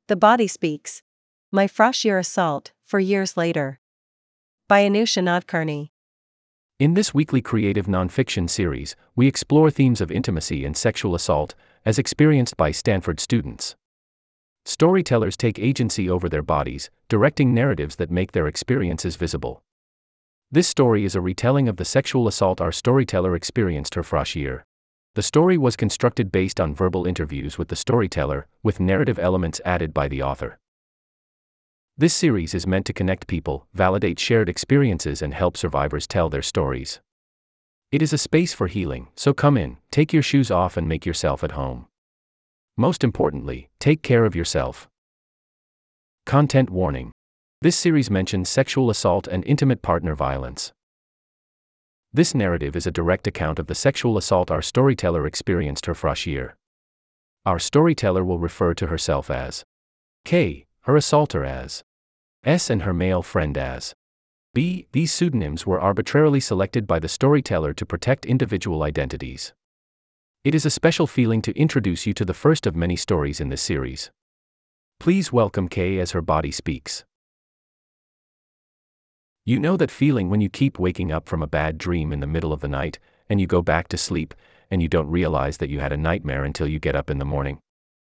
The Body Speaks. My Froschier Assault, for Years Later. By Anusha Nadkarni. In this weekly creative nonfiction series, we explore themes of intimacy and sexual assault, as experienced by Stanford students. Storytellers take agency over their bodies, directing narratives that make their experiences visible. This story is a retelling of the sexual assault our storyteller experienced her froschier. The story was constructed based on verbal interviews with the storyteller, with narrative elements added by the author. This series is meant to connect people, validate shared experiences, and help survivors tell their stories. It is a space for healing, so come in, take your shoes off, and make yourself at home. Most importantly, take care of yourself. Content warning. This series mentions sexual assault and intimate partner violence. This narrative is a direct account of the sexual assault our storyteller experienced her froschier. Our storyteller will refer to herself as K, her assaulter as S, and her male friend as B. These pseudonyms were arbitrarily selected by the storyteller to protect individual identities. It is a special feeling to introduce you to the first of many stories in this series. Please welcome K as her body speaks. You know that feeling when you keep waking up from a bad dream in the middle of the night, and you go back to sleep, and you don't realize that you had a nightmare until you get up in the morning?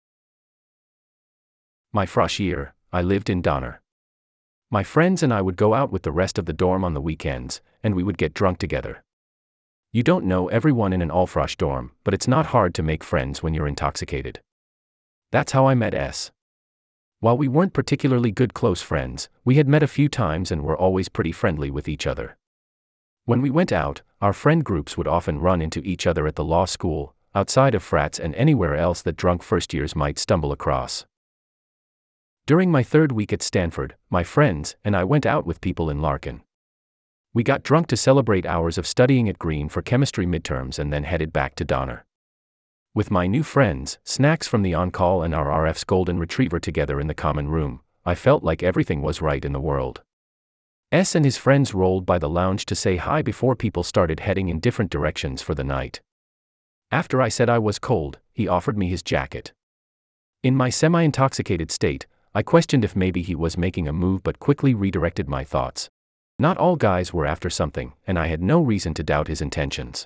My froschier, I lived in Donner. My friends and I would go out with the rest of the dorm on the weekends, and we would get drunk together. You don't know everyone in an all-frosh dorm, but it's not hard to make friends when you're intoxicated. That's how I met S. While we weren't particularly good close friends, we had met a few times and were always pretty friendly with each other. When we went out, our friend groups would often run into each other at the law school, outside of frats, and anywhere else that drunk first-years might stumble across. During my third week at Stanford, my friends and I went out with people in Larkin. We got drunk to celebrate hours of studying at Green for chemistry midterms and then headed back to Donner. With my new friends, snacks from the on-call, and our RF's golden retriever together in the common room, I felt like everything was right in the world. S and his friends rolled by the lounge to say hi before people started heading in different directions for the night. After I said I was cold, he offered me his jacket. In my semi-intoxicated state, I questioned if maybe he was making a move, but quickly redirected my thoughts. Not all guys were after something, and I had no reason to doubt his intentions.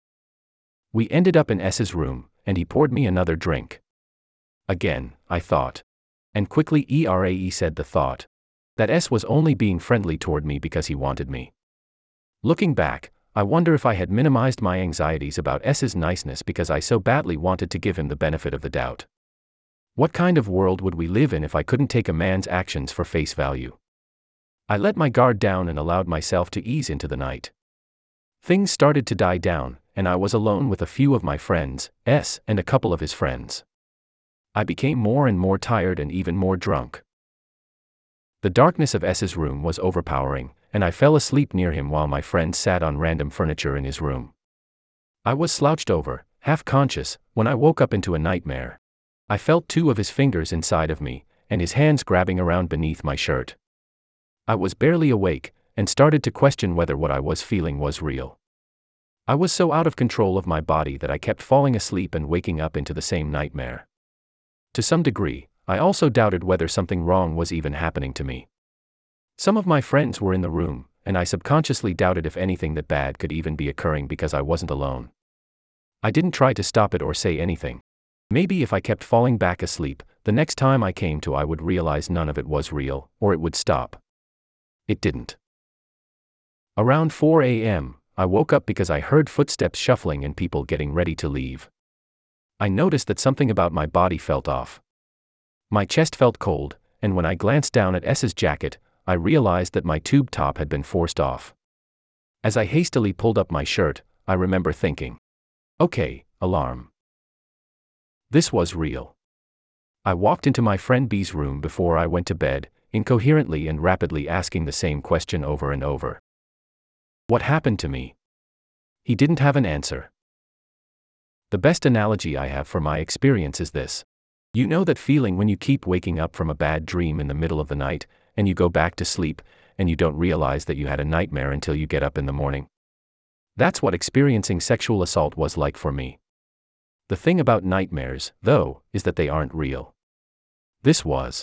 We ended up in S's room, and he poured me another drink. Again, I thought. And quickly said the thought. That S was only being friendly toward me because he wanted me. Looking back, I wonder if I had minimized my anxieties about S's niceness because I so badly wanted to give him the benefit of the doubt. What kind of world would we live in if I couldn't take a man's actions for face value? I let my guard down and allowed myself to ease into the night. Things started to die down, and I was alone with a few of my friends, S and a couple of his friends. I became more and more tired and even more drunk. The darkness of S's room was overpowering, and I fell asleep near him while my friends sat on random furniture in his room. I was slouched over, half conscious, when I woke up into a nightmare. I felt two of his fingers inside of me, and his hands grabbing around beneath my shirt. I was barely awake, and started to question whether what I was feeling was real. I was so out of control of my body that I kept falling asleep and waking up into the same nightmare. To some degree, I also doubted whether something wrong was even happening to me. Some of my friends were in the room, and I subconsciously doubted if anything that bad could even be occurring because I wasn't alone. I didn't try to stop it or say anything. Maybe if I kept falling back asleep, the next time I came to I would realize none of it was real, or it would stop. It didn't. Around 4 a.m., I woke up because I heard footsteps shuffling and people getting ready to leave. I noticed that something about my body felt off. My chest felt cold, and when I glanced down at S's jacket, I realized that my tube top had been forced off. As I hastily pulled up my shirt, I remember thinking, okay, alarm. This was real. I walked into my friend B's room before I went to bed, incoherently and rapidly asking the same question over and over. What happened to me? He didn't have an answer. The best analogy I have for my experience is this. You know that feeling when you keep waking up from a bad dream in the middle of the night, and you go back to sleep, and you don't realize that you had a nightmare until you get up in the morning? That's what experiencing sexual assault was like for me. The thing about nightmares, though, is that they aren't real. This was.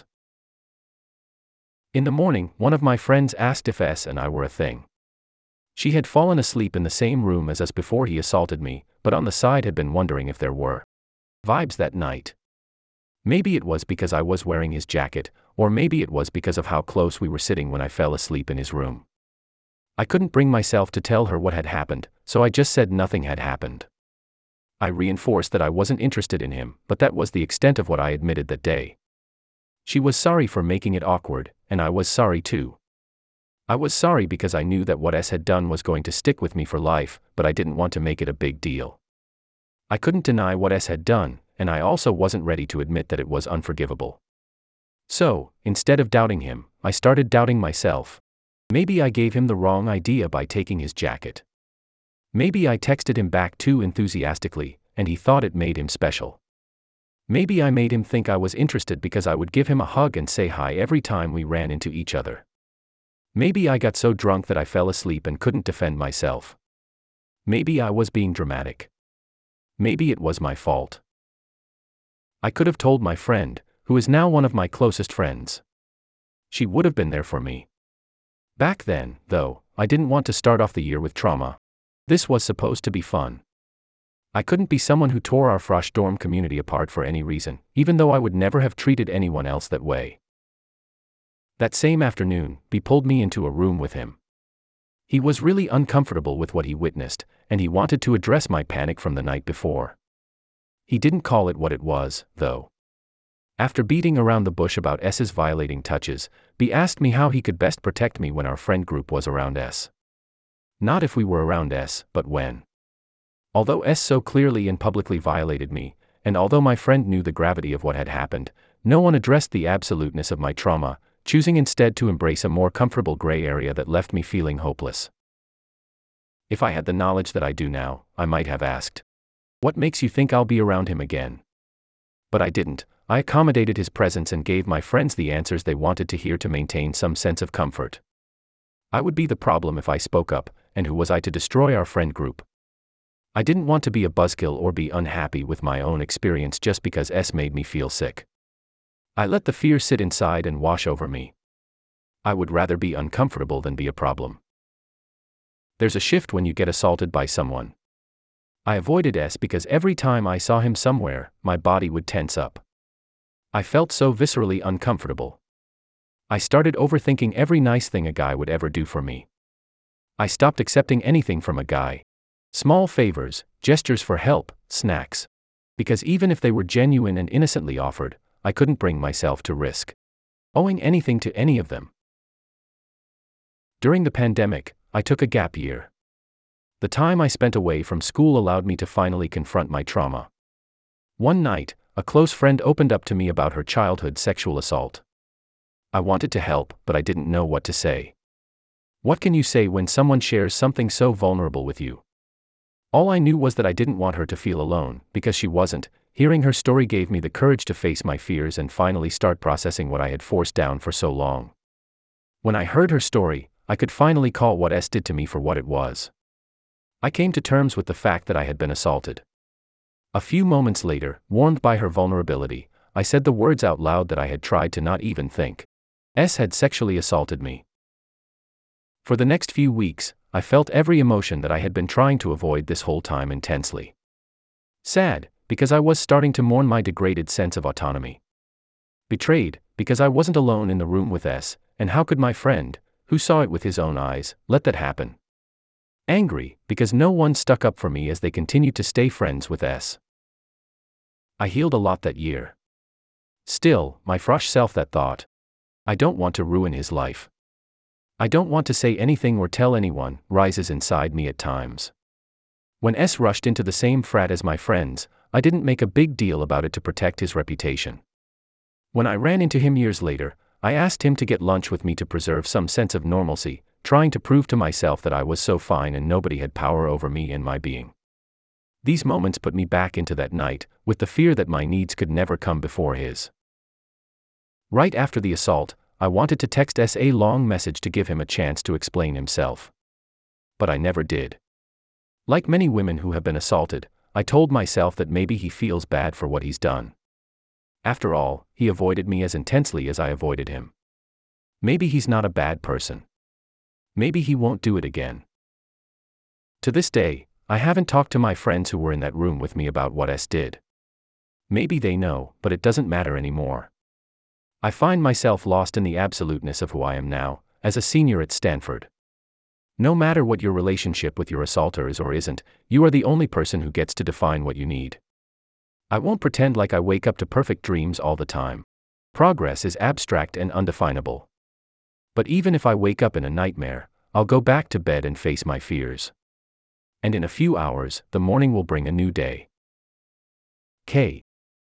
In the morning, one of my friends asked if S and I were a thing. She had fallen asleep in the same room as us before he assaulted me, but on the side had been wondering if there were vibes that night. Maybe it was because I was wearing his jacket, or maybe it was because of how close we were sitting when I fell asleep in his room. I couldn't bring myself to tell her what had happened, so I just said nothing had happened. I reinforced that I wasn't interested in him, but that was the extent of what I admitted that day. She was sorry for making it awkward, and I was sorry too. I was sorry because I knew that what S had done was going to stick with me for life, but I didn't want to make it a big deal. I couldn't deny what S had done, and I also wasn't ready to admit that it was unforgivable. So, instead of doubting him, I started doubting myself. Maybe I gave him the wrong idea by taking his jacket. Maybe I texted him back too enthusiastically, and he thought it made him special. Maybe I made him think I was interested because I would give him a hug and say hi every time we ran into each other. Maybe I got so drunk that I fell asleep and couldn't defend myself. Maybe I was being dramatic. Maybe it was my fault. I could have told my friend, who is now one of my closest friends. She would have been there for me. Back then, though, I didn't want to start off the year with trauma. This was supposed to be fun. I couldn't be someone who tore our Frosh dorm community apart for any reason, even though I would never have treated anyone else that way. That same afternoon, B pulled me into a room with him. He was really uncomfortable with what he witnessed, and he wanted to address my panic from the night before. He didn't call it what it was, though. After beating around the bush about S's violating touches, B asked me how he could best protect me when our friend group was around S. Not if we were around S, but when. Although S so clearly and publicly violated me, and although my friend knew the gravity of what had happened, no one addressed the absoluteness of my trauma, choosing instead to embrace a more comfortable gray area that left me feeling hopeless. If I had the knowledge that I do now, I might have asked, "What makes you think I'll be around him again?" But I didn't. I accommodated his presence and gave my friends the answers they wanted to hear to maintain some sense of comfort. I would be the problem if I spoke up, and who was I to destroy our friend group? I didn't want to be a buzzkill or be unhappy with my own experience just because S made me feel sick. I let the fear sit inside and wash over me. I would rather be uncomfortable than be a problem. There's a shift when you get assaulted by someone. I avoided S because every time I saw him somewhere, my body would tense up. I felt so viscerally uncomfortable. I started overthinking every nice thing a guy would ever do for me. I stopped accepting anything from a guy. Small favors, gestures for help, snacks. Because even if they were genuine and innocently offered, I couldn't bring myself to risk owing anything to any of them. During the pandemic, I took a gap year. The time I spent away from school allowed me to finally confront my trauma. One night, a close friend opened up to me about her childhood sexual assault. I wanted to help, but I didn't know what to say. What can you say when someone shares something so vulnerable with you? All I knew was that I didn't want her to feel alone, because she wasn't. Hearing her story gave me the courage to face my fears and finally start processing what I had forced down for so long. When I heard her story, I could finally call what S did to me for what it was. I came to terms with the fact that I had been assaulted. A few moments later, warmed by her vulnerability, I said the words out loud that I had tried to not even think. S had sexually assaulted me. For the next few weeks, I felt every emotion that I had been trying to avoid this whole time intensely. Sad, because I was starting to mourn my degraded sense of autonomy. Betrayed, because I wasn't alone in the room with S, and how could my friend, who saw it with his own eyes, let that happen? Angry, because no one stuck up for me as they continued to stay friends with S. I healed a lot that year. Still, my Frosh self that thought, I don't want to ruin his life. I don't want to say anything or tell anyone, rises inside me at times. When S rushed into the same frat as my friends, I didn't make a big deal about it to protect his reputation. When I ran into him years later, I asked him to get lunch with me to preserve some sense of normalcy, trying to prove to myself that I was so fine and nobody had power over me and my being. These moments put me back into that night, with the fear that my needs could never come before his. Right after the assault, I wanted to text S a long message to give him a chance to explain himself. But I never did. Like many women who have been assaulted, I told myself that maybe he feels bad for what he's done. After all, he avoided me as intensely as I avoided him. Maybe he's not a bad person. Maybe he won't do it again. To this day, I haven't talked to my friends who were in that room with me about what S did. Maybe they know, but it doesn't matter anymore. I find myself lost in the absoluteness of who I am now, as a senior at Stanford. No matter what your relationship with your assaulter is or isn't, you are the only person who gets to define what you need. I won't pretend like I wake up to perfect dreams all the time. Progress is abstract and undefinable. But even if I wake up in a nightmare, I'll go back to bed and face my fears. And in a few hours, the morning will bring a new day. K.